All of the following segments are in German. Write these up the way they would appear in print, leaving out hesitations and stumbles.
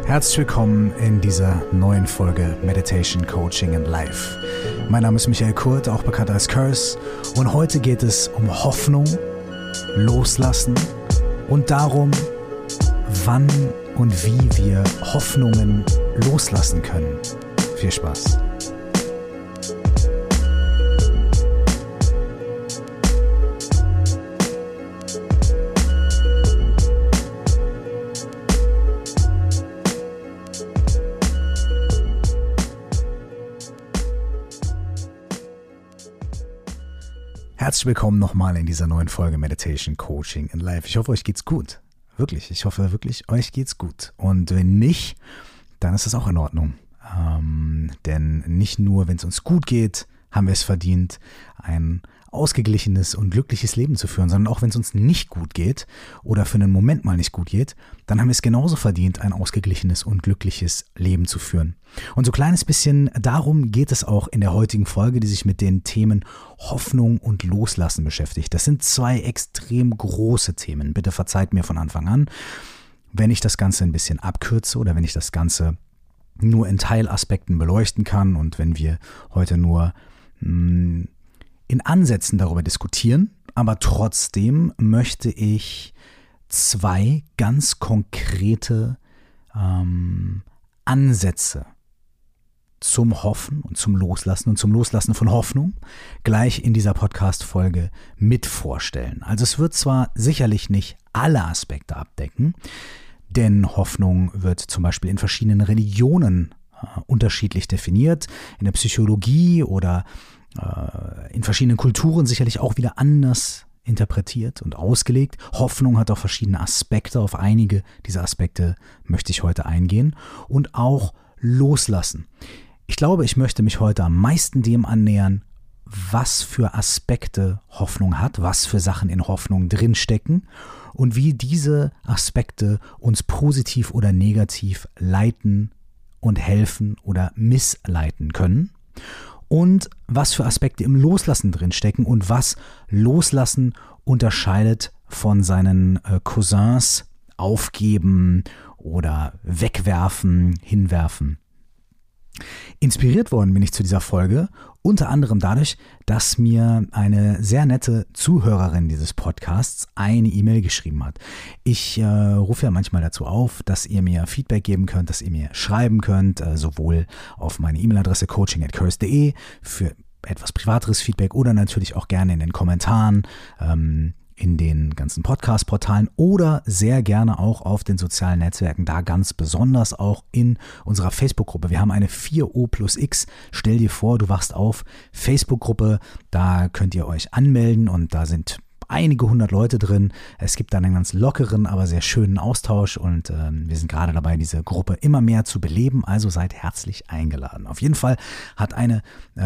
Herzlich willkommen in dieser neuen Folge Meditation, Coaching and Life. Mein Name ist Michael Kurt, auch bekannt als Curse, und heute geht es um Hoffnung, Loslassen und darum, wann und wie wir Hoffnungen loslassen können. Viel Spaß! Herzlich willkommen nochmal in dieser neuen Folge Meditation, Coaching and Life. Ich hoffe, euch geht's gut. Wirklich, ich hoffe wirklich, euch geht's gut. Und wenn nicht, dann ist das auch in Ordnung. Denn nicht nur, wenn es uns gut geht, haben wir es verdient, ein ausgeglichenes und glückliches Leben zu führen, sondern auch wenn es uns nicht gut geht oder für einen Moment mal nicht gut geht, dann haben wir es genauso verdient, ein ausgeglichenes und glückliches Leben zu führen. Und so ein kleines bisschen darum geht es auch in der heutigen Folge, die sich mit den Themen Hoffnung und Loslassen beschäftigt. Das sind zwei extrem große Themen. Bitte verzeiht mir von Anfang an, wenn ich das Ganze ein bisschen abkürze oder wenn ich das Ganze nur in Teilaspekten beleuchten kann und wenn wir heute nur in Ansätzen darüber diskutieren, aber trotzdem möchte ich zwei ganz konkrete Ansätze zum Hoffen und zum Loslassen von Hoffnung gleich in dieser Podcast-Folge mit vorstellen. Also es wird zwar sicherlich nicht alle Aspekte abdecken, denn Hoffnung wird zum Beispiel in verschiedenen Religionen unterschiedlich definiert, in der Psychologie oder in verschiedenen Kulturen sicherlich auch wieder anders interpretiert und ausgelegt. Hoffnung hat auch verschiedene Aspekte. Auf einige dieser Aspekte möchte ich heute eingehen. Und auch Loslassen. Ich glaube, ich möchte mich heute am meisten dem annähern, was für Aspekte Hoffnung hat, was für Sachen in Hoffnung drinstecken und wie diese Aspekte uns positiv oder negativ leiten und helfen oder missleiten können. Und was für Aspekte im Loslassen drinstecken und was Loslassen unterscheidet von seinen Cousins aufgeben oder wegwerfen, hinwerfen. Inspiriert worden bin ich zu dieser Folge unter anderem dadurch, dass mir eine sehr nette Zuhörerin dieses Podcasts eine E-Mail geschrieben hat. Ich rufe ja manchmal dazu auf, dass ihr mir Feedback geben könnt, dass ihr mir schreiben könnt, sowohl auf meine E-Mail-Adresse coaching@curse.de für etwas privateres Feedback oder natürlich auch gerne in den Kommentaren, in den ganzen Podcast-Portalen oder sehr gerne auch auf den sozialen Netzwerken, da ganz besonders auch in unserer Facebook-Gruppe. Wir haben eine 4O+X, stell dir vor, du wachst auf, Facebook-Gruppe, da könnt ihr euch anmelden und da sind einige hundert Leute drin. Es gibt dann einen ganz lockeren, aber sehr schönen Austausch und wir sind gerade dabei, diese Gruppe immer mehr zu beleben, also seid herzlich eingeladen. Auf jeden Fall hat eine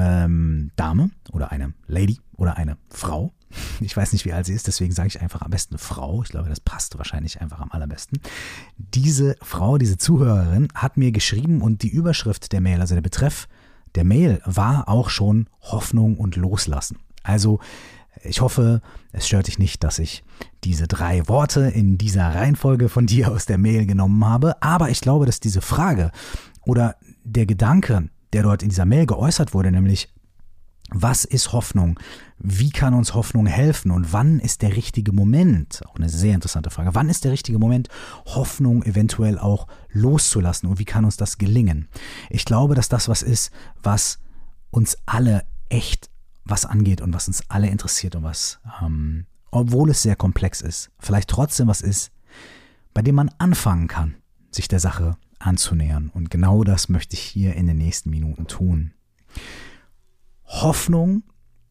Dame oder eine Lady oder eine Frau, ich weiß nicht, wie alt sie ist, deswegen sage ich einfach am besten Frau. Ich glaube, das passt wahrscheinlich einfach am allerbesten. Diese Frau, diese Zuhörerin hat mir geschrieben und die Überschrift der Mail, also der Betreff der Mail, war auch schon Hoffnung und Loslassen. Also ich hoffe, es stört dich nicht, dass ich diese 3 Worte in dieser Reihenfolge von dir aus der Mail genommen habe, aber ich glaube, dass diese Frage oder der Gedanke, der dort in dieser Mail geäußert wurde, nämlich was ist Hoffnung? Wie kann uns Hoffnung helfen? Und wann ist der richtige Moment? Auch eine sehr interessante Frage. Wann ist der richtige Moment, Hoffnung eventuell auch loszulassen? Und wie kann uns das gelingen? Ich glaube, dass das was ist, was uns alle echt was angeht und was uns alle interessiert und was, obwohl es sehr komplex ist, vielleicht trotzdem was ist, bei dem man anfangen kann, sich der Sache anzunähern. Und genau das möchte ich hier in den nächsten Minuten tun. Hoffnung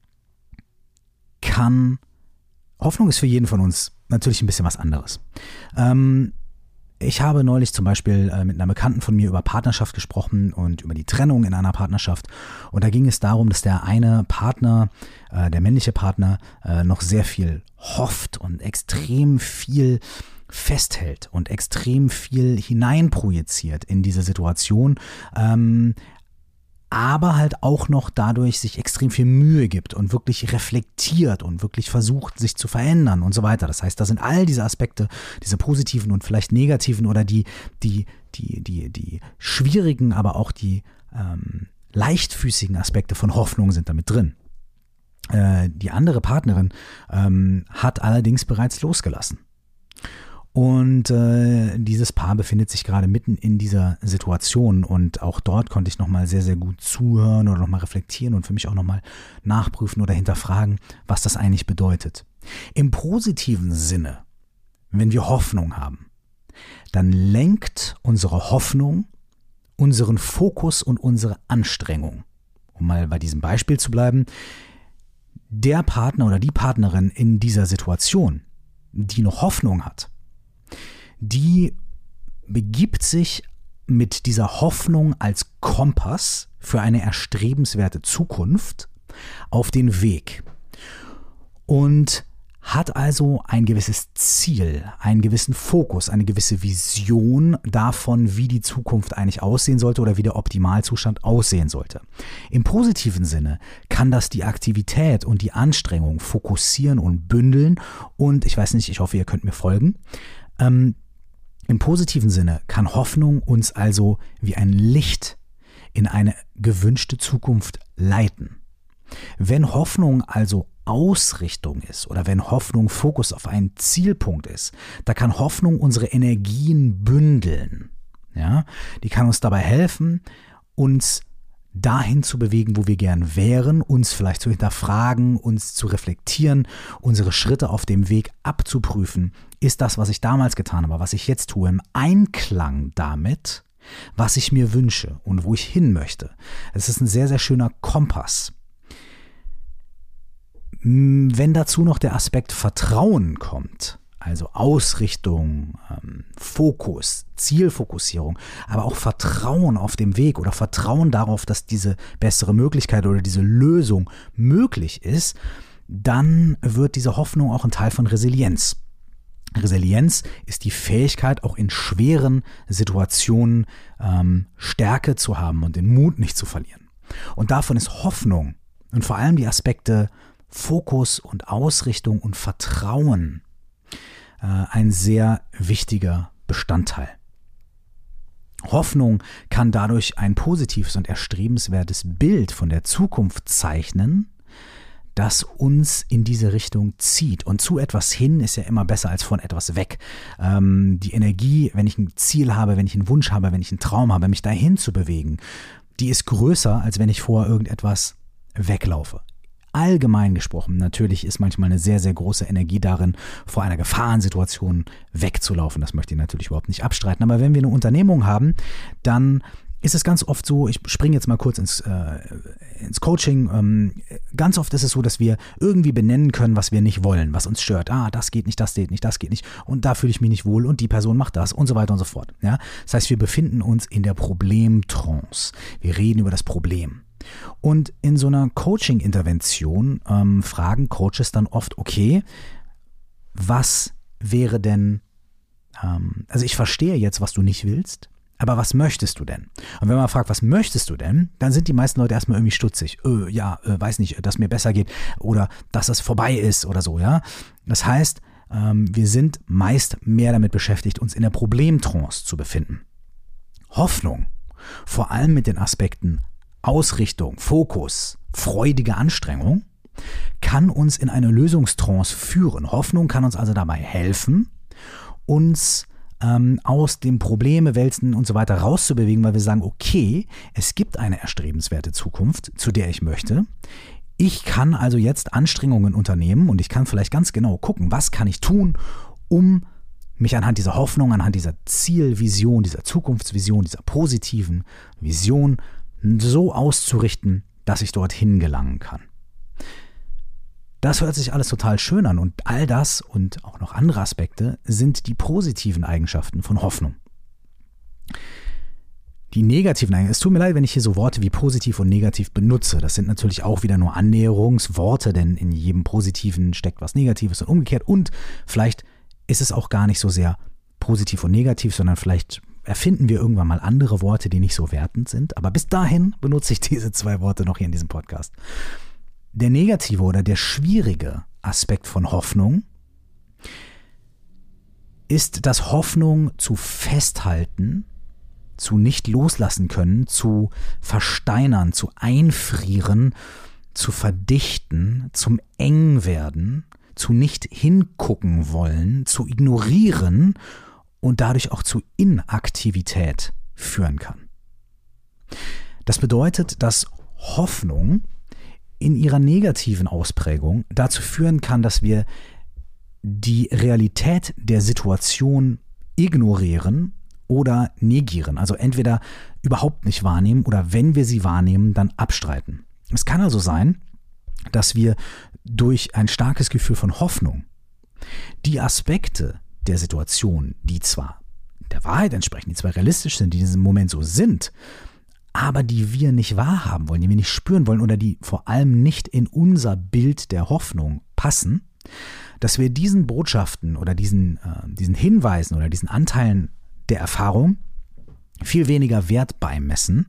ist für jeden von uns natürlich ein bisschen was anderes. Ich habe neulich zum Beispiel mit einer Bekannten von mir über Partnerschaft gesprochen und über die Trennung in einer Partnerschaft. Und da ging es darum, dass der eine Partner, der männliche Partner, noch sehr viel hofft und extrem viel festhält und extrem viel hineinprojiziert in diese Situation. aber halt auch noch dadurch sich extrem viel Mühe gibt und wirklich reflektiert und wirklich versucht, sich zu verändern und so weiter. Das heißt, da sind all diese Aspekte, diese positiven und vielleicht negativen oder die schwierigen, aber auch die leichtfüßigen Aspekte von Hoffnung sind damit drin. Die andere Partnerin hat allerdings bereits losgelassen. Und dieses Paar befindet sich gerade mitten in dieser Situation und auch dort konnte ich nochmal sehr, sehr gut zuhören oder nochmal reflektieren und für mich auch nochmal nachprüfen oder hinterfragen, was das eigentlich bedeutet. Im positiven Sinne, wenn wir Hoffnung haben, dann lenkt unsere Hoffnung unseren Fokus und unsere Anstrengung. Um mal bei diesem Beispiel zu bleiben, der Partner oder die Partnerin in dieser Situation, die noch Hoffnung hat, die begibt sich mit dieser Hoffnung als Kompass für eine erstrebenswerte Zukunft auf den Weg und hat also ein gewisses Ziel, einen gewissen Fokus, eine gewisse Vision davon, wie die Zukunft eigentlich aussehen sollte oder wie der Optimalzustand aussehen sollte. Im positiven Sinne kann das die Aktivität und die Anstrengung fokussieren und bündeln und ich weiß nicht, ich hoffe, ihr könnt mir folgen. Im positiven Sinne kann Hoffnung uns also wie ein Licht in eine gewünschte Zukunft leiten. Wenn Hoffnung also Ausrichtung ist oder wenn Hoffnung Fokus auf einen Zielpunkt ist, da kann Hoffnung unsere Energien bündeln. Ja? Die kann uns dabei helfen, uns dahin zu bewegen, wo wir gern wären, uns vielleicht zu hinterfragen, uns zu reflektieren, unsere Schritte auf dem Weg abzuprüfen. Ist das, was ich damals getan habe, was ich jetzt tue, im Einklang damit, was ich mir wünsche und wo ich hin möchte? Es ist ein sehr, sehr schöner Kompass. Wenn dazu noch der Aspekt Vertrauen kommt, also Ausrichtung, Fokus, Zielfokussierung, aber auch Vertrauen auf dem Weg oder Vertrauen darauf, dass diese bessere Möglichkeit oder diese Lösung möglich ist, dann wird diese Hoffnung auch ein Teil von Resilienz. Resilienz ist die Fähigkeit, auch in schweren Situationen Stärke zu haben und den Mut nicht zu verlieren. Und davon ist Hoffnung und vor allem die Aspekte Fokus und Ausrichtung und Vertrauen ein sehr wichtiger Bestandteil. Hoffnung kann dadurch ein positives und erstrebenswertes Bild von der Zukunft zeichnen, das uns in diese Richtung zieht. Und zu etwas hin ist ja immer besser als von etwas weg. Die Energie, wenn ich ein Ziel habe, wenn ich einen Wunsch habe, wenn ich einen Traum habe, mich dahin zu bewegen, die ist größer, als wenn ich vor irgendetwas weglaufe. Allgemein gesprochen, natürlich ist manchmal eine sehr, sehr große Energie darin, vor einer Gefahrensituation wegzulaufen. Das möchte ich natürlich überhaupt nicht abstreiten. Aber wenn wir eine Unternehmung haben, dann ist es ganz oft so, ich springe jetzt mal kurz ins Coaching, ganz oft ist es so, dass wir irgendwie benennen können, was wir nicht wollen, was uns stört. Das geht nicht, das geht nicht, das geht nicht und da fühle ich mich nicht wohl und die Person macht das und so weiter und so fort. Ja? Das heißt, wir befinden uns in der Problemtrance. Wir reden über das Problem. Und in so einer Coaching-Intervention fragen Coaches dann oft, okay, was wäre denn, also ich verstehe jetzt, was du nicht willst, aber was möchtest du denn? Und wenn man fragt, was möchtest du denn, dann sind die meisten Leute erstmal irgendwie stutzig. Weiß nicht, dass mir besser geht oder dass es vorbei ist oder so, ja. Das heißt, wir sind meist mehr damit beschäftigt, uns in der Problemtrance zu befinden. Hoffnung, vor allem mit den Aspekten Ausrichtung, Fokus, freudige Anstrengung, kann uns in eine Lösungstrance führen. Hoffnung kann uns also dabei helfen, uns aus dem Probleme wälzen und so weiter rauszubewegen, weil wir sagen, okay, es gibt eine erstrebenswerte Zukunft, zu der ich möchte. Ich kann also jetzt Anstrengungen unternehmen und ich kann vielleicht ganz genau gucken, was kann ich tun, um mich anhand dieser Hoffnung, anhand dieser Zielvision, dieser Zukunftsvision, dieser positiven Vision so auszurichten, dass ich dorthin gelangen kann. Das hört sich alles total schön an und all das und auch noch andere Aspekte sind die positiven Eigenschaften von Hoffnung. Die negativen Eigenschaften, es tut mir leid, wenn ich hier so Worte wie positiv und negativ benutze. Das sind natürlich auch wieder nur Annäherungsworte, denn in jedem Positiven steckt was Negatives und umgekehrt und vielleicht ist es auch gar nicht so sehr positiv und negativ, sondern vielleicht erfinden wir irgendwann mal andere Worte, die nicht so wertend sind. Aber bis dahin benutze ich diese 2 Worte noch hier in diesem Podcast. Der negative oder der schwierige Aspekt von Hoffnung ist, dass Hoffnung zu festhalten, zu nicht loslassen können, zu versteinern, zu einfrieren, zu verdichten, zum Engwerden, zu nicht hingucken wollen, zu ignorieren und dadurch auch zu Inaktivität führen kann. Das bedeutet, dass Hoffnung in ihrer negativen Ausprägung dazu führen kann, dass wir die Realität der Situation ignorieren oder negieren. Also entweder überhaupt nicht wahrnehmen oder wenn wir sie wahrnehmen, dann abstreiten. Es kann also sein, dass wir durch ein starkes Gefühl von Hoffnung die Aspekte der Situation, die zwar der Wahrheit entsprechen, die zwar realistisch sind, die in diesem Moment so sind, aber die wir nicht wahrhaben wollen, die wir nicht spüren wollen oder die vor allem nicht in unser Bild der Hoffnung passen, dass wir diesen Botschaften oder diesen Hinweisen oder diesen Anteilen der Erfahrung viel weniger Wert beimessen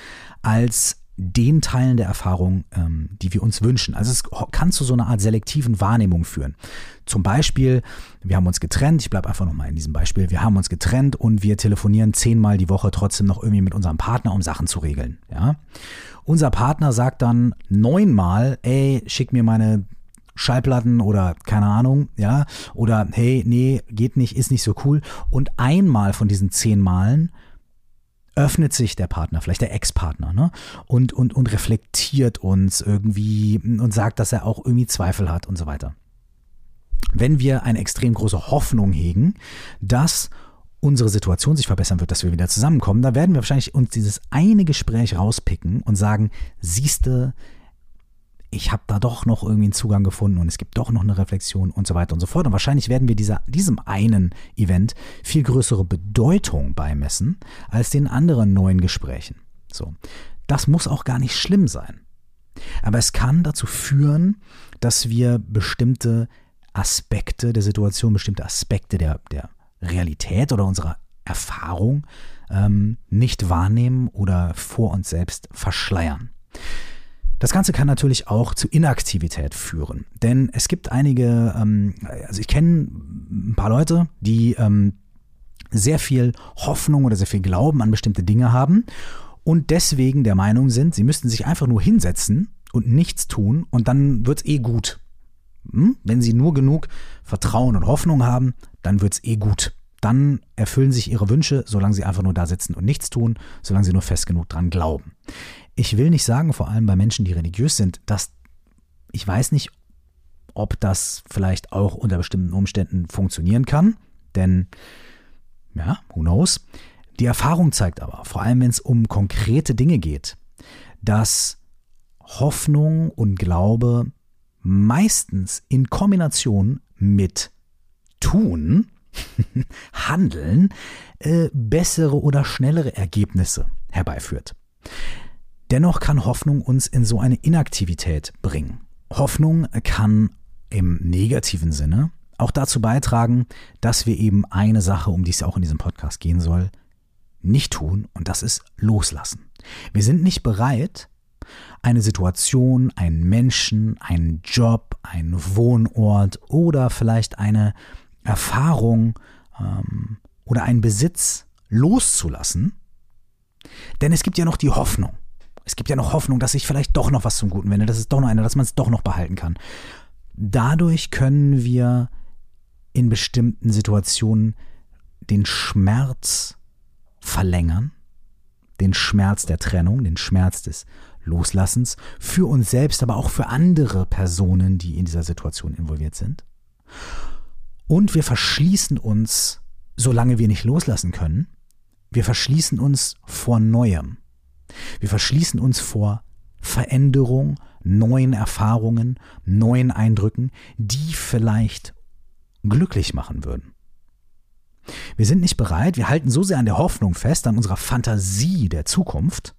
als den Teilen der Erfahrung, die wir uns wünschen. Also es kann zu so einer Art selektiven Wahrnehmung führen. Zum Beispiel, wir haben uns getrennt, ich bleibe einfach nochmal in diesem Beispiel, wir haben uns getrennt und wir telefonieren 10-mal die Woche trotzdem noch irgendwie mit unserem Partner, um Sachen zu regeln. Ja? Unser Partner sagt dann 9-mal, ey, schick mir meine Schallplatten oder keine Ahnung, ja, oder hey, nee, geht nicht, ist nicht so cool. Und einmal von diesen 10 Malen öffnet sich der Partner, vielleicht der Ex-Partner, ne? Und reflektiert uns irgendwie und sagt, dass er auch irgendwie Zweifel hat und so weiter. Wenn wir eine extrem große Hoffnung hegen, dass unsere Situation sich verbessern wird, dass wir wieder zusammenkommen, da werden wir wahrscheinlich uns dieses eine Gespräch rauspicken und sagen, siehste, ich habe da doch noch irgendwie einen Zugang gefunden und es gibt doch noch eine Reflexion und so weiter und so fort. Und wahrscheinlich werden wir diesem einen Event viel größere Bedeutung beimessen als den anderen neuen Gesprächen. So. Das muss auch gar nicht schlimm sein. Aber es kann dazu führen, dass wir bestimmte Aspekte der Situation, bestimmte Aspekte der Realität oder unserer Erfahrung nicht wahrnehmen oder vor uns selbst verschleiern. Das Ganze kann natürlich auch zu Inaktivität führen, denn es gibt einige, also ich kenne ein paar Leute, die sehr viel Hoffnung oder sehr viel Glauben an bestimmte Dinge haben und deswegen der Meinung sind, sie müssten sich einfach nur hinsetzen und nichts tun und dann wird's gut. Wenn sie nur genug Vertrauen und Hoffnung haben, dann wird's gut. Dann erfüllen sich ihre Wünsche, solange sie einfach nur da sitzen und nichts tun, solange sie nur fest genug dran glauben. Ich will nicht sagen, vor allem bei Menschen, die religiös sind, dass ich weiß nicht, ob das vielleicht auch unter bestimmten Umständen funktionieren kann, denn, ja, who knows. Die Erfahrung zeigt aber, vor allem wenn es um konkrete Dinge geht, dass Hoffnung und Glaube meistens in Kombination mit Tun, Handeln, bessere oder schnellere Ergebnisse herbeiführt. Dennoch kann Hoffnung uns in so eine Inaktivität bringen. Hoffnung kann im negativen Sinne auch dazu beitragen, dass wir eben eine Sache, um die es auch in diesem Podcast gehen soll, nicht tun, und das ist loslassen. Wir sind nicht bereit, eine Situation, einen Menschen, einen Job, einen Wohnort oder vielleicht eine Erfahrung oder einen Besitz loszulassen, denn es gibt ja noch die Hoffnung. Es gibt ja noch Hoffnung, dass sich vielleicht doch noch was zum Guten wendet, dass man es doch noch behalten kann. Dadurch können wir in bestimmten Situationen den Schmerz verlängern, den Schmerz der Trennung, den Schmerz des Loslassens, für uns selbst, aber auch für andere Personen, die in dieser Situation involviert sind. Und wir verschließen uns, solange wir nicht loslassen können, wir verschließen uns vor Neuem. Wir verschließen uns vor Veränderung, neuen Erfahrungen, neuen Eindrücken, die vielleicht glücklich machen würden. Wir sind nicht bereit, wir halten so sehr an der Hoffnung fest, an unserer Fantasie der Zukunft,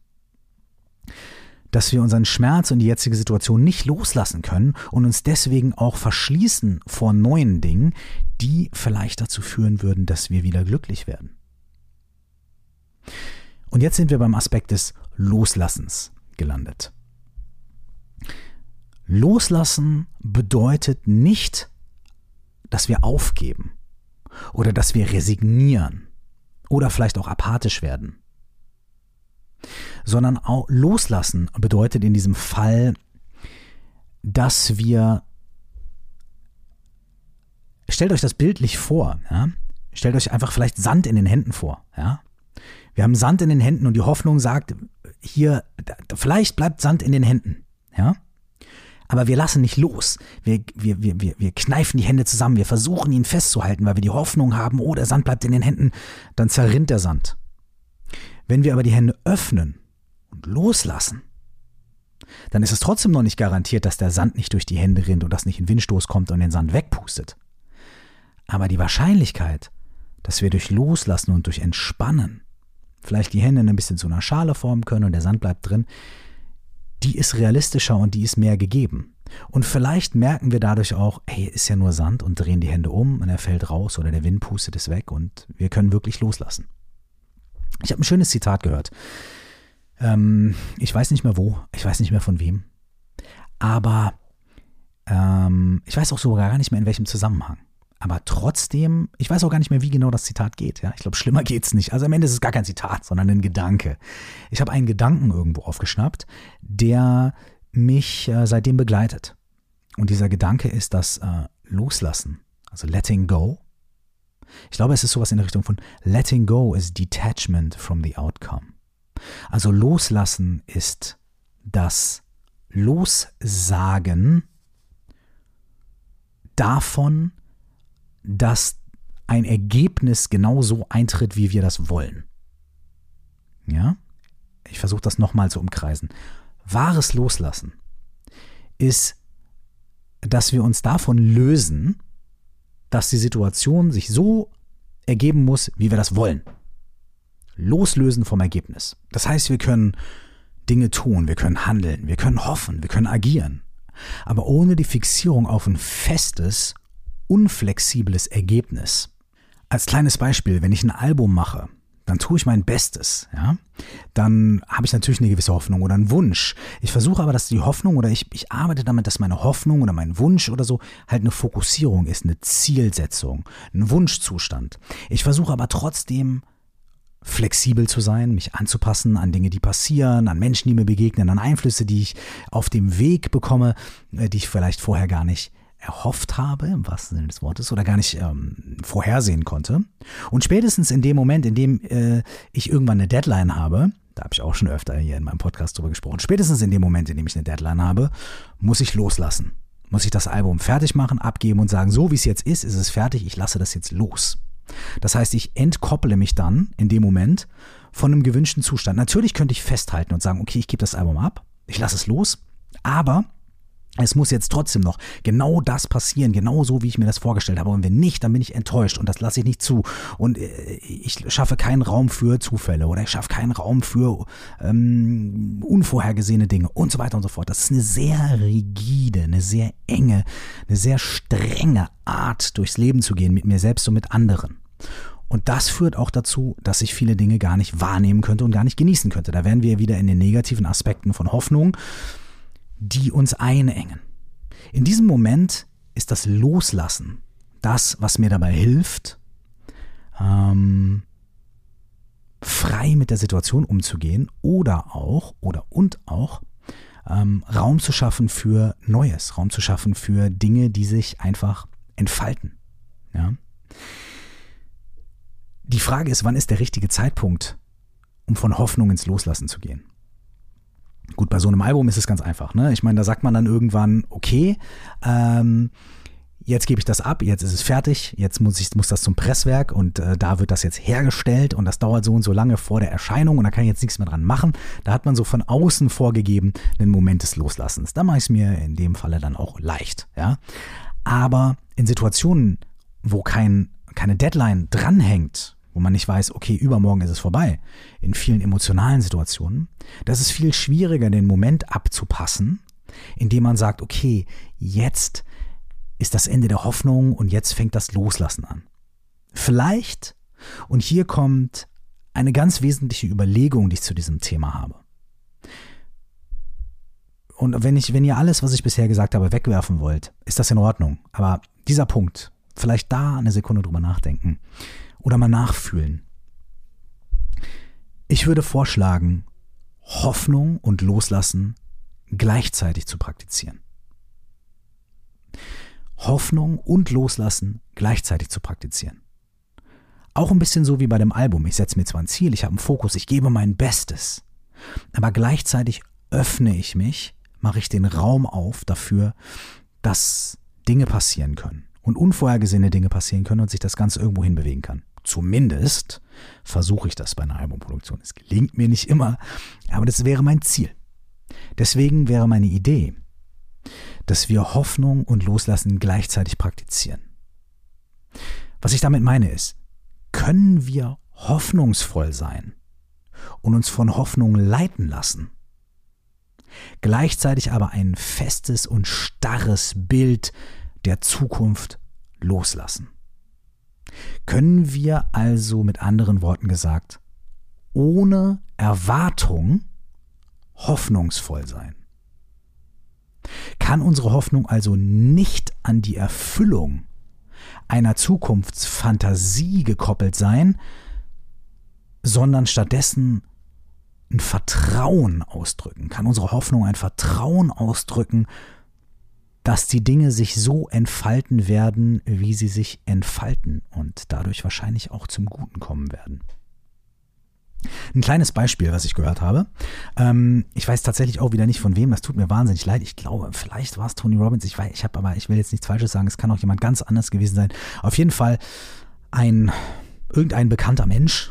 dass wir unseren Schmerz und die jetzige Situation nicht loslassen können und uns deswegen auch verschließen vor neuen Dingen, die vielleicht dazu führen würden, dass wir wieder glücklich werden. Und jetzt sind wir beim Aspekt des Loslassens gelandet. Loslassen bedeutet nicht, dass wir aufgeben oder dass wir resignieren oder vielleicht auch apathisch werden, sondern auch Loslassen bedeutet in diesem Fall, dass wir, stellt euch das bildlich vor, ja? Stellt euch einfach vielleicht Sand in den Händen vor, ja? Wir haben Sand in den Händen und die Hoffnung sagt, hier, vielleicht bleibt Sand in den Händen, ja? Aber wir lassen nicht los. Wir kneifen die Hände zusammen, wir versuchen ihn festzuhalten, weil wir die Hoffnung haben, oh, der Sand bleibt in den Händen, dann zerrinnt der Sand. Wenn wir aber die Hände öffnen und loslassen, dann ist es trotzdem noch nicht garantiert, dass der Sand nicht durch die Hände rinnt und dass nicht ein Windstoß kommt und den Sand wegpustet. Aber die Wahrscheinlichkeit, dass wir durch Loslassen und durch Entspannen vielleicht die Hände ein bisschen zu einer Schale formen können und der Sand bleibt drin, die ist realistischer und die ist mehr gegeben. Und vielleicht merken wir dadurch auch, hey, ist ja nur Sand und drehen die Hände um und er fällt raus oder der Wind pustet es weg und wir können wirklich loslassen. Ich habe ein schönes Zitat gehört. Ich weiß nicht mehr wo, ich weiß nicht mehr von wem, aber ich weiß auch sogar gar nicht mehr in welchem Zusammenhang. Aber trotzdem, ich weiß auch gar nicht mehr, wie genau das Zitat geht. Ja? Ich glaube, schlimmer geht's nicht. Also am Ende ist es gar kein Zitat, sondern ein Gedanke. Ich habe einen Gedanken irgendwo aufgeschnappt, der mich seitdem begleitet. Und dieser Gedanke ist das Loslassen, also Letting Go. Ich glaube, es ist sowas in der Richtung von Letting Go is Detachment from the Outcome. Also Loslassen ist das Lossagen davon, dass ein Ergebnis genauso eintritt, wie wir das wollen. Ja? Ich versuche das nochmal zu umkreisen. Wahres Loslassen ist, dass wir uns davon lösen, dass die Situation sich so ergeben muss, wie wir das wollen. Loslösen vom Ergebnis. Das heißt, wir können Dinge tun, wir können handeln, wir können hoffen, wir können agieren. Aber ohne die Fixierung auf ein festes, unflexibles Ergebnis. Als kleines Beispiel, wenn ich ein Album mache, dann tue ich mein Bestes, ja? Dann habe ich natürlich eine gewisse Hoffnung oder einen Wunsch. Ich versuche aber, dass die Hoffnung oder ich arbeite damit, dass meine Hoffnung oder mein Wunsch oder so halt eine Fokussierung ist, eine Zielsetzung, ein Wunschzustand. Ich versuche aber trotzdem flexibel zu sein, mich anzupassen an Dinge, die passieren, an Menschen, die mir begegnen, an Einflüsse, die ich auf dem Weg bekomme, die ich vielleicht vorher gar nicht erhofft habe, im wahrsten Sinne des Wortes, oder gar nicht vorhersehen konnte. Und spätestens in dem Moment, in dem ich irgendwann eine Deadline habe, da habe ich auch schon öfter hier in meinem Podcast drüber gesprochen, spätestens in dem Moment, in dem ich eine Deadline habe, muss ich loslassen. Muss ich das Album fertig machen, abgeben und sagen, so wie es jetzt ist es fertig, ich lasse das jetzt los. Das heißt, ich entkopple mich dann in dem Moment von einem gewünschten Zustand. Natürlich könnte ich festhalten und sagen, okay, ich gebe das Album ab, ich lasse es los, aber es muss jetzt trotzdem noch genau das passieren, genau so, wie ich mir das vorgestellt habe. Und wenn nicht, dann bin ich enttäuscht und das lasse ich nicht zu. Und ich schaffe keinen Raum für Zufälle oder ich schaffe keinen Raum für unvorhergesehene Dinge und so weiter und so fort. Das ist eine sehr rigide, eine sehr enge, eine sehr strenge Art, durchs Leben zu gehen, mit mir selbst und mit anderen. Und das führt auch dazu, dass ich viele Dinge gar nicht wahrnehmen könnte und gar nicht genießen könnte. Da wären wir wieder in den negativen Aspekten von Hoffnung, die uns einengen. In diesem Moment ist das Loslassen das, was mir dabei hilft, frei mit der Situation umzugehen oder auch Raum zu schaffen für Neues, Raum zu schaffen für Dinge, die sich einfach entfalten. Ja? Die Frage ist, wann ist der richtige Zeitpunkt, um von Hoffnung ins Loslassen zu gehen? Gut, bei so einem Album ist es ganz einfach, ne? Ich meine, da sagt man dann irgendwann, okay, jetzt gebe ich das ab, jetzt ist es fertig, jetzt muss das zum Presswerk und da wird das jetzt hergestellt und das dauert so und so lange vor der Erscheinung und da kann ich jetzt nichts mehr dran machen. Da hat man so von außen vorgegeben einen Moment des Loslassens. Da mache ich es mir in dem Falle dann auch leicht, ja. Aber in Situationen, wo keine Deadline dranhängt, wo man nicht weiß, okay, übermorgen ist es vorbei, in vielen emotionalen Situationen, das ist viel schwieriger, den Moment abzupassen, indem man sagt, okay, jetzt ist das Ende der Hoffnung und jetzt fängt das Loslassen an. Vielleicht, und hier kommt eine ganz wesentliche Überlegung, die ich zu diesem Thema habe. Und wenn ihr alles, was ich bisher gesagt habe, wegwerfen wollt, ist das in Ordnung. Aber dieser Punkt, vielleicht da eine Sekunde drüber nachdenken oder mal nachfühlen. Ich würde vorschlagen, Hoffnung und Loslassen gleichzeitig zu praktizieren. Hoffnung und Loslassen gleichzeitig zu praktizieren. Auch ein bisschen so wie bei dem Album. Ich setze mir zwar ein Ziel, ich habe einen Fokus, ich gebe mein Bestes. Aber gleichzeitig öffne ich mich, mache ich den Raum auf dafür, dass Dinge passieren können. Und unvorhergesehene Dinge passieren können und sich das Ganze irgendwo hinbewegen kann. Zumindest versuche ich das bei einer Albumproduktion. Es gelingt mir nicht immer, aber das wäre mein Ziel. Deswegen wäre meine Idee, dass wir Hoffnung und Loslassen gleichzeitig praktizieren. Was ich damit meine ist, können wir hoffnungsvoll sein und uns von Hoffnung leiten lassen, gleichzeitig aber ein festes und starres Bild der Zukunft loslassen. Können wir also mit anderen Worten gesagt, ohne Erwartung hoffnungsvoll sein? Kann unsere Hoffnung also nicht an die Erfüllung einer Zukunftsfantasie gekoppelt sein, sondern stattdessen ein Vertrauen ausdrücken? Kann unsere Hoffnung ein Vertrauen ausdrücken, dass die Dinge sich so entfalten werden, wie sie sich entfalten und dadurch wahrscheinlich auch zum Guten kommen werden? Ein kleines Beispiel, was ich gehört habe. Ich weiß tatsächlich auch wieder nicht von wem, das tut mir wahnsinnig leid. Ich glaube, vielleicht war es Tony Robbins, ich will jetzt nichts Falsches sagen, es kann auch jemand ganz anders gewesen sein. Auf jeden Fall irgendein bekannter Mensch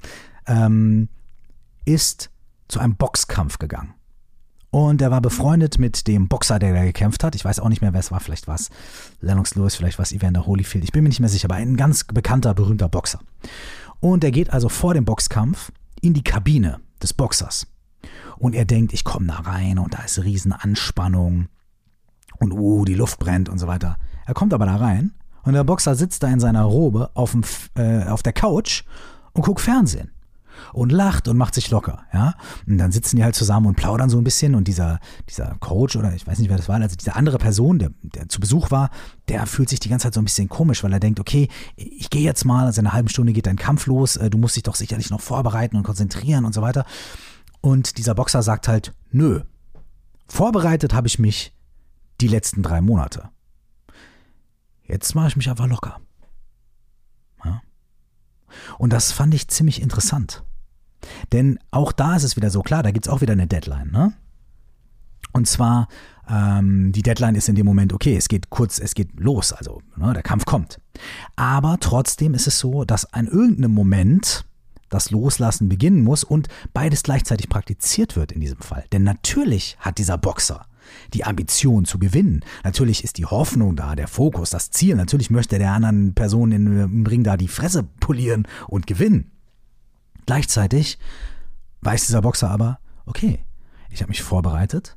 ist zu einem Boxkampf gegangen. Und er war befreundet mit dem Boxer, der da gekämpft hat. Ich weiß auch nicht mehr, wer es war. Vielleicht war es Lennox Lewis, vielleicht war es Evander Holyfield. Ich bin mir nicht mehr sicher, aber ein ganz bekannter, berühmter Boxer. Und er geht also vor dem Boxkampf in die Kabine des Boxers. Und er denkt, ich komme da rein und da ist riesen Anspannung und die Luft brennt und so weiter. Er kommt aber da rein und der Boxer sitzt da in seiner Robe auf der Couch und guckt Fernsehen. Und lacht und macht sich locker, ja. Und dann sitzen die halt zusammen und plaudern so ein bisschen und dieser Coach oder ich weiß nicht, wer das war, also diese andere Person, der zu Besuch war, der fühlt sich die ganze Zeit so ein bisschen komisch, weil er denkt, okay, ich gehe jetzt mal, also in einer halben Stunde geht dein Kampf los, du musst dich doch sicherlich noch vorbereiten und konzentrieren und so weiter. Und dieser Boxer sagt halt, nö, vorbereitet habe ich mich die letzten 3 Monate. Jetzt mache ich mich einfach locker. Ja. Und das fand ich ziemlich interessant. Denn auch da ist es wieder so, klar, da gibt es auch wieder eine Deadline, ne? Und zwar, die Deadline ist in dem Moment, okay, es geht los, also ne, der Kampf kommt. Aber trotzdem ist es so, dass an irgendeinem Moment das Loslassen beginnen muss und beides gleichzeitig praktiziert wird in diesem Fall. Denn natürlich hat dieser Boxer die Ambition zu gewinnen. Natürlich ist die Hoffnung da, der Fokus, das Ziel. Natürlich möchte der anderen Person im Ring da die Fresse polieren und gewinnen. Gleichzeitig weiß dieser Boxer aber, okay, ich habe mich vorbereitet,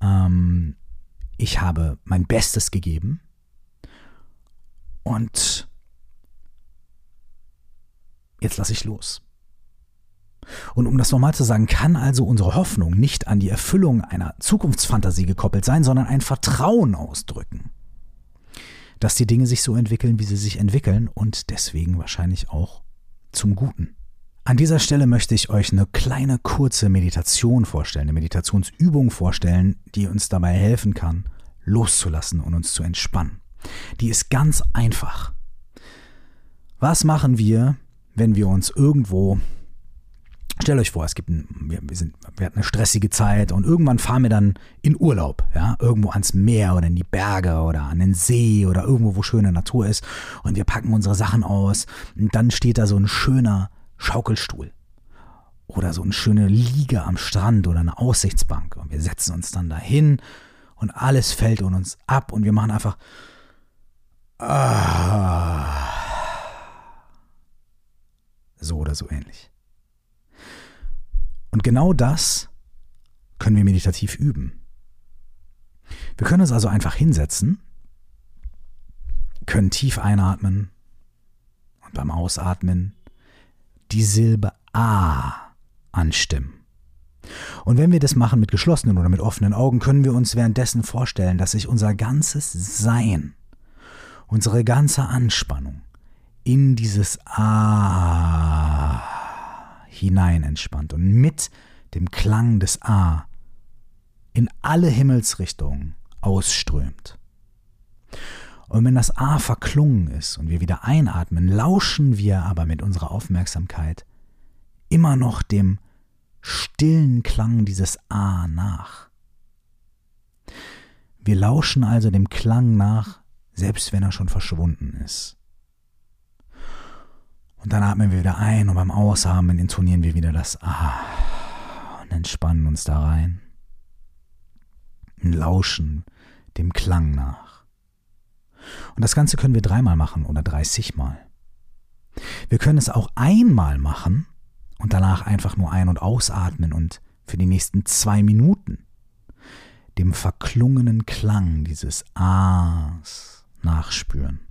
ich habe mein Bestes gegeben und jetzt lasse ich los. Und um das nochmal zu sagen, kann also unsere Hoffnung nicht an die Erfüllung einer Zukunftsfantasie gekoppelt sein, sondern ein Vertrauen ausdrücken, dass die Dinge sich so entwickeln, wie sie sich entwickeln und deswegen wahrscheinlich auch zum Guten. An dieser Stelle möchte ich euch eine kleine, kurze Meditation vorstellen, eine Meditationsübung vorstellen, die uns dabei helfen kann, loszulassen und uns zu entspannen. Die ist ganz einfach. Was machen wir, wenn wir uns irgendwo, stellt euch vor, wir hatten eine stressige Zeit und irgendwann fahren wir dann in Urlaub, ja, irgendwo ans Meer oder in die Berge oder an den See oder irgendwo, wo schöne Natur ist und wir packen unsere Sachen aus und dann steht da so ein schöner Schaukelstuhl oder so eine schöne Liege am Strand oder eine Aussichtsbank und wir setzen uns dann dahin und alles fällt um uns ab und wir machen einfach so oder so ähnlich. Und genau das können wir meditativ üben. Wir können uns also einfach hinsetzen, können tief einatmen und beim Ausatmen die Silbe A anstimmen. Und wenn wir das machen mit geschlossenen oder mit offenen Augen, können wir uns währenddessen vorstellen, dass sich unser ganzes Sein, unsere ganze Anspannung in dieses A hinein entspannt und mit dem Klang des A in alle Himmelsrichtungen ausströmt. Und wenn das A verklungen ist und wir wieder einatmen, lauschen wir aber mit unserer Aufmerksamkeit immer noch dem stillen Klang dieses A nach. Wir lauschen also dem Klang nach, selbst wenn er schon verschwunden ist. Und dann atmen wir wieder ein und beim Ausatmen intonieren wir wieder das A und entspannen uns da rein und lauschen dem Klang nach. Und das Ganze können wir 3-mal machen oder 30-mal. Wir können es auch einmal machen und danach einfach nur ein- und ausatmen und für die nächsten 2 Minuten dem verklungenen Klang dieses A's nachspüren.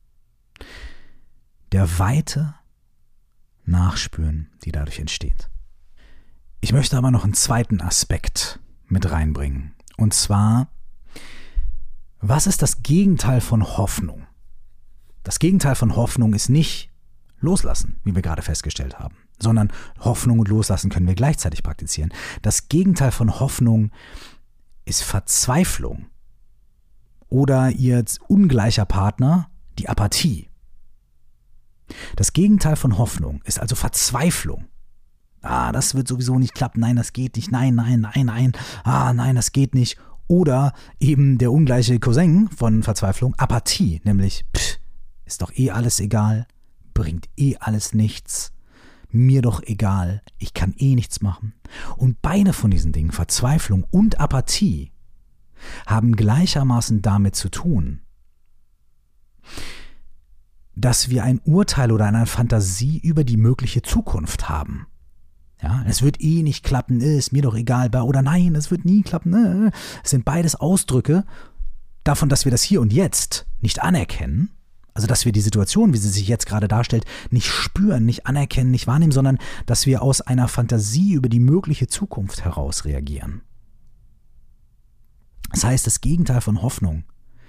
Der Weite nachspüren, die dadurch entsteht. Ich möchte aber noch einen zweiten Aspekt mit reinbringen. Und zwar, was ist das Gegenteil von Hoffnung? Das Gegenteil von Hoffnung ist nicht Loslassen, wie wir gerade festgestellt haben, sondern Hoffnung und Loslassen können wir gleichzeitig praktizieren. Das Gegenteil von Hoffnung ist Verzweiflung oder ihr ungleicher Partner, die Apathie. Das Gegenteil von Hoffnung ist also Verzweiflung. Das wird sowieso nicht klappen, nein, das geht nicht, nein, nein, das geht nicht. Oder eben der ungleiche Cousin von Verzweiflung, Apathie, nämlich, ist doch eh alles egal, bringt eh alles nichts, mir doch egal, ich kann eh nichts machen. Und beide von diesen Dingen, Verzweiflung und Apathie, haben gleichermaßen damit zu tun, dass wir ein Urteil oder eine Fantasie über die mögliche Zukunft haben. Ja, es wird eh nicht klappen, ist mir doch egal, oder nein, es wird nie klappen. Es sind beides Ausdrücke davon, dass wir das Hier und Jetzt nicht anerkennen, also dass wir die Situation, wie sie sich jetzt gerade darstellt, nicht spüren, nicht anerkennen, nicht wahrnehmen, sondern dass wir aus einer Fantasie über die mögliche Zukunft heraus reagieren. Das heißt, das Gegenteil von Hoffnung,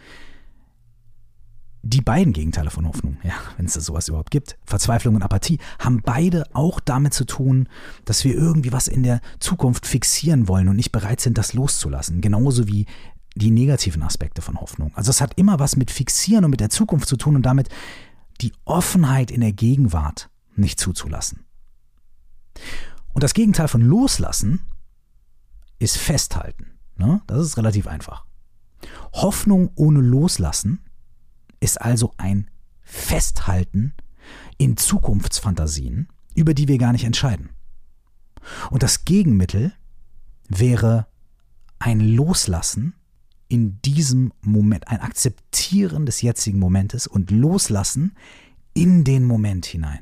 die beiden Gegenteile von Hoffnung, ja, wenn es das sowas überhaupt gibt, Verzweiflung und Apathie, haben beide auch damit zu tun, dass wir irgendwie was in der Zukunft fixieren wollen und nicht bereit sind, das loszulassen. Genauso wie die negativen Aspekte von Hoffnung. Also es hat immer was mit Fixieren und mit der Zukunft zu tun und damit die Offenheit in der Gegenwart nicht zuzulassen. Und das Gegenteil von Loslassen ist Festhalten. Ne? Das ist relativ einfach. Hoffnung ohne Loslassen ist also ein Festhalten in Zukunftsfantasien, über die wir gar nicht entscheiden. Und das Gegenmittel wäre ein Loslassen in diesem Moment, ein Akzeptieren des jetzigen Momentes und Loslassen in den Moment hinein.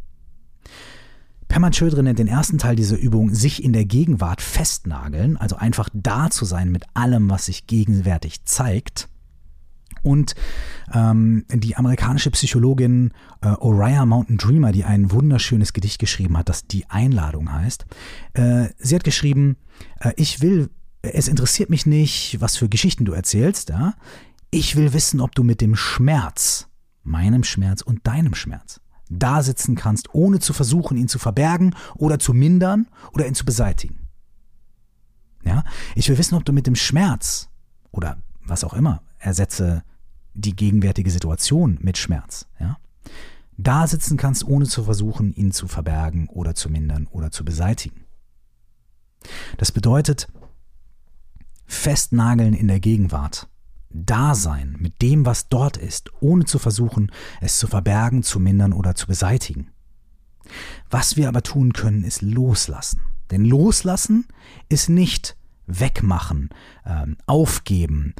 Pema Chodron nennt den ersten Teil dieser Übung sich in der Gegenwart festnageln, also einfach da zu sein mit allem, was sich gegenwärtig zeigt. Und die amerikanische Psychologin Oriah Mountain Dreamer, die ein wunderschönes Gedicht geschrieben hat, das Die Einladung heißt, sie hat geschrieben, es interessiert mich nicht, was für Geschichten du erzählst, ja? Ich will wissen, ob du mit dem Schmerz, meinem Schmerz und deinem Schmerz, da sitzen kannst, ohne zu versuchen, ihn zu verbergen oder zu mindern oder ihn zu beseitigen. Ja? Ich will wissen, ob du mit dem Schmerz oder was auch immer, ersetze die gegenwärtige Situation mit Schmerz, ja, da sitzen kannst, ohne zu versuchen, ihn zu verbergen oder zu mindern oder zu beseitigen. Das bedeutet, festnageln in der Gegenwart, da sein mit dem, was dort ist, ohne zu versuchen, es zu verbergen, zu mindern oder zu beseitigen. Was wir aber tun können, ist loslassen. Denn loslassen ist nicht wegmachen, aufgeben,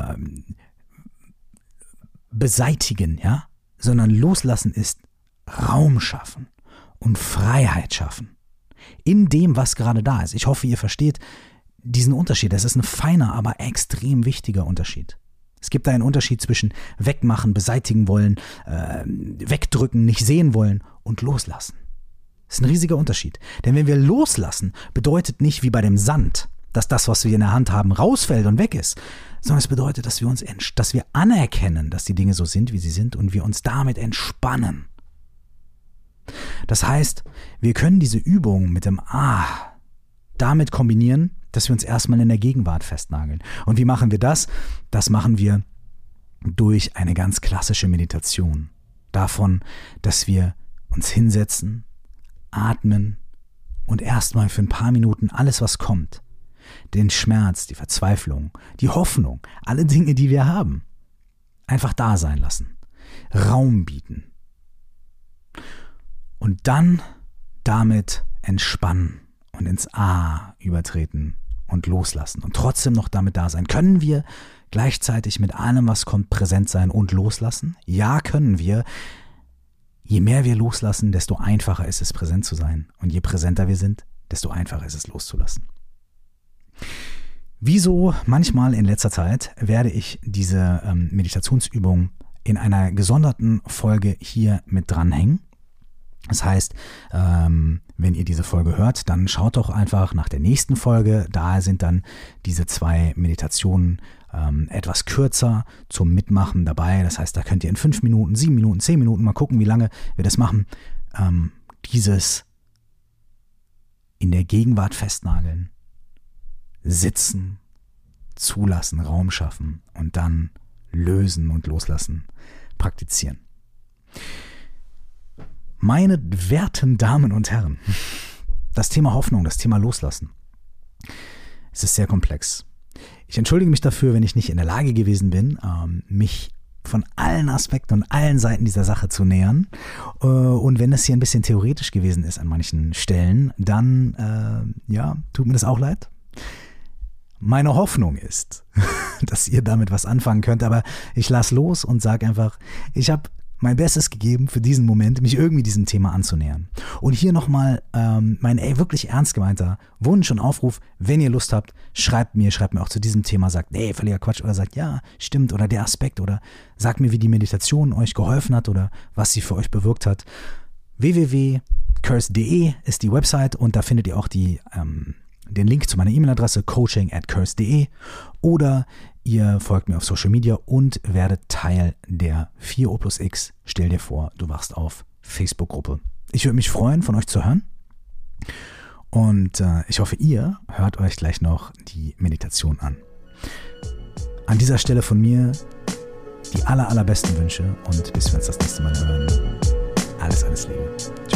beseitigen, ja, sondern loslassen ist Raum schaffen und Freiheit schaffen in dem, was gerade da ist. Ich hoffe, ihr versteht diesen Unterschied. Es ist ein feiner, aber extrem wichtiger Unterschied. Es gibt einen Unterschied zwischen wegmachen, beseitigen wollen, wegdrücken, nicht sehen wollen und loslassen. Das ist ein riesiger Unterschied. Denn wenn wir loslassen, bedeutet nicht wie bei dem Sand, dass das, was wir in der Hand haben, rausfällt und weg ist, sondern es bedeutet, dass wir anerkennen, dass die Dinge so sind, wie sie sind und wir uns damit entspannen. Das heißt, wir können diese Übung mit dem damit kombinieren, dass wir uns erstmal in der Gegenwart festnageln. Und wie machen wir das? Das machen wir durch eine ganz klassische Meditation. Davon, dass wir uns hinsetzen, atmen und erstmal für ein paar Minuten alles, was kommt, den Schmerz, die Verzweiflung, die Hoffnung, alle Dinge, die wir haben, einfach da sein lassen, Raum bieten und dann damit entspannen und ins übertreten und loslassen und trotzdem noch damit da sein. Können wir gleichzeitig mit allem, was kommt, präsent sein und loslassen? Ja, können wir. Je mehr wir loslassen, desto einfacher ist es, präsent zu sein. Und je präsenter wir sind, desto einfacher ist es, loszulassen. Wieso manchmal in letzter Zeit werde ich diese Meditationsübung in einer gesonderten Folge hier mit dranhängen. Das heißt, wenn ihr diese Folge hört, dann schaut doch einfach nach der nächsten Folge. Da sind dann diese 2 Meditationen etwas kürzer zum Mitmachen dabei. Das heißt, da könnt ihr in 5 Minuten, 7 Minuten, 10 Minuten mal gucken, wie lange wir das machen. Dieses in der Gegenwart festnageln, sitzen, zulassen, Raum schaffen und dann lösen und loslassen, praktizieren. Meine werten Damen und Herren, das Thema Hoffnung, das Thema Loslassen, es ist sehr komplex. Ich entschuldige mich dafür, wenn ich nicht in der Lage gewesen bin, mich von allen Aspekten und allen Seiten dieser Sache zu nähern. Und wenn das hier ein bisschen theoretisch gewesen ist an manchen Stellen, dann tut mir das auch leid. Meine Hoffnung ist, dass ihr damit was anfangen könnt, aber ich lasse los und sage einfach, ich habe mein Bestes gegeben für diesen Moment, mich irgendwie diesem Thema anzunähern. Und hier nochmal mein wirklich ernst gemeinter Wunsch und Aufruf, wenn ihr Lust habt, schreibt mir auch zu diesem Thema, sagt, nee, völliger Quatsch, oder sagt, ja, stimmt, oder der Aspekt, oder sagt mir, wie die Meditation euch geholfen hat oder was sie für euch bewirkt hat. www.curse.de ist die Website und da findet ihr auch den Link zu meiner E-Mail-Adresse coaching@curse.de oder ihr folgt mir auf Social Media und werdet Teil der 4O+X. Stell dir vor, du wachst auf Facebook-Gruppe. Ich würde mich freuen, von euch zu hören und ich hoffe, ihr hört euch gleich noch die Meditation an. An dieser Stelle von mir die allerbesten Wünsche und bis wir uns das nächste Mal hören. Alles Liebe.